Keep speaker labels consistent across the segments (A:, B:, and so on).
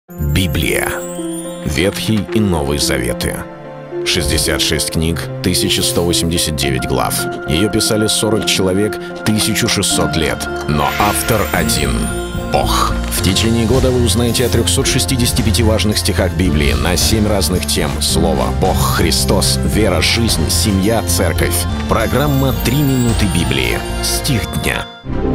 A: Библия. Ветхий и Новый Заветы. 66 книг, 1189 глав. Ее писали 40 человек, 1600 лет. Но автор один — Бог. В течение года вы узнаете о 365 важных стихах Библии на 7 разных тем. Слово, Бог, Христос, вера, жизнь, семья, церковь. Программа «3 минуты Библии». Стих дня.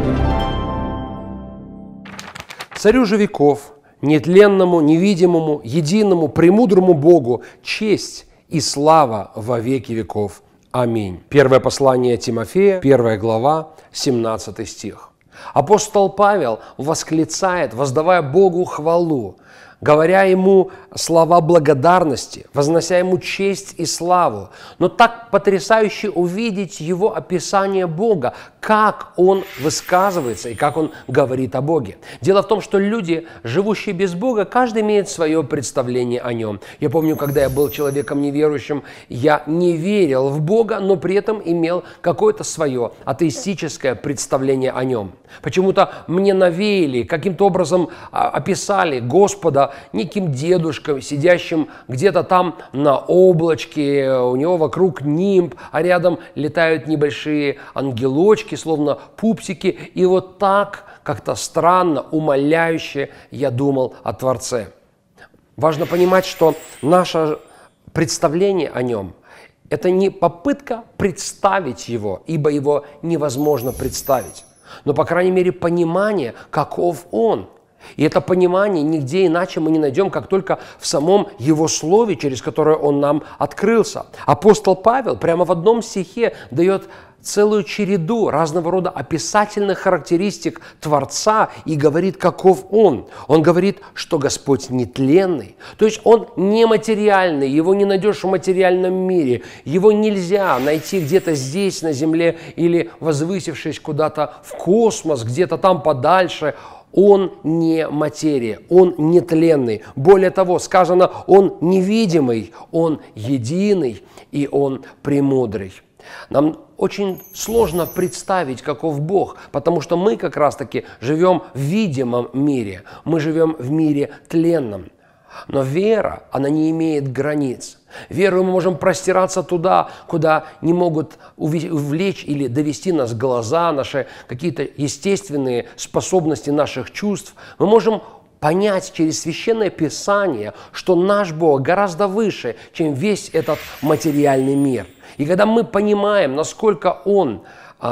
B: Царю же веков, нетленному, невидимому, единому, премудрому Богу, честь и слава во веки веков. Аминь. Первое послание Тимофея, 1 глава, 17 стих. Апостол Павел восклицает, воздавая Богу хвалу, говоря Ему слова благодарности, вознося Ему честь и славу. Но так потрясающе увидеть его описание Бога, как Он высказывается и как Он говорит о Боге. Дело в том, что люди, живущие без Бога, каждый имеет свое представление о Нем. Я помню, когда я был человеком неверующим, я не верил в Бога, но при этом имел какое-то свое атеистическое представление о Нем. Почему-то мне навеяли, каким-то образом описали Господа неким дедушкой, сидящим где-то там на облачке, у него вокруг нимб, а рядом летают небольшие ангелочки, словно пупсики. И вот так, как-то странно, умоляюще я думал о Творце. Важно понимать, что наше представление о Нем – это не попытка представить Его, ибо Его невозможно представить, но, по крайней мере, понимание, каков Он. И это понимание нигде иначе мы не найдем, как только в самом Его Слове, через которое Он нам открылся. Апостол Павел прямо в одном стихе дает целую череду разного рода описательных характеристик Творца и говорит, каков Он. Он говорит, что Господь нетленный, то есть Он нематериальный, Его не найдешь в материальном мире, Его нельзя найти где-то здесь, на земле, или возвысившись куда-то в космос, где-то там подальше. Он не материя, Он нетленный. Более того, сказано, Он невидимый, Он единый и Он премудрый. Нам очень сложно представить, каков Бог, потому что мы как раз-таки живем в видимом мире, мы живем в мире тленном. Но вера, она не имеет границ. Верою мы можем простираться туда, куда не могут увлечь или довести нас глаза, наши какие-то естественные способности наших чувств. Мы можем понять через Священное Писание, что наш Бог гораздо выше, чем весь этот материальный мир. И когда мы понимаем, насколько Он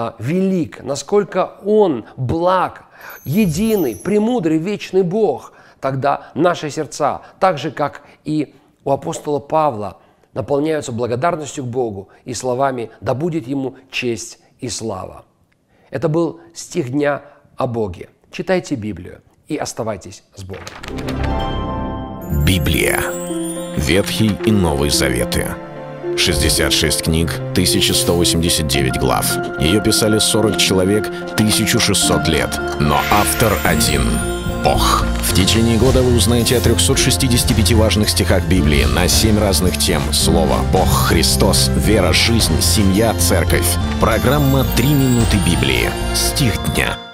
B: велик, насколько Он благ, единый, премудрый, вечный Бог, тогда наши сердца, так же, как и у апостола Павла, наполняются благодарностью к Богу и словами «Да будет Ему честь и слава». Это был стих дня о Боге. Читайте Библию и оставайтесь с Богом.
A: Библия. Ветхий и Новый Заветы. 66 книг, 1189 глав. Ее писали 40 человек, 1600 лет. Но автор один — Бог. В течение года вы узнаете о 365 важных стихах Библии на 7 разных тем. Слово, Бог, Христос, вера, жизнь, семья, церковь. Программа «3 минуты Библии». Стих дня.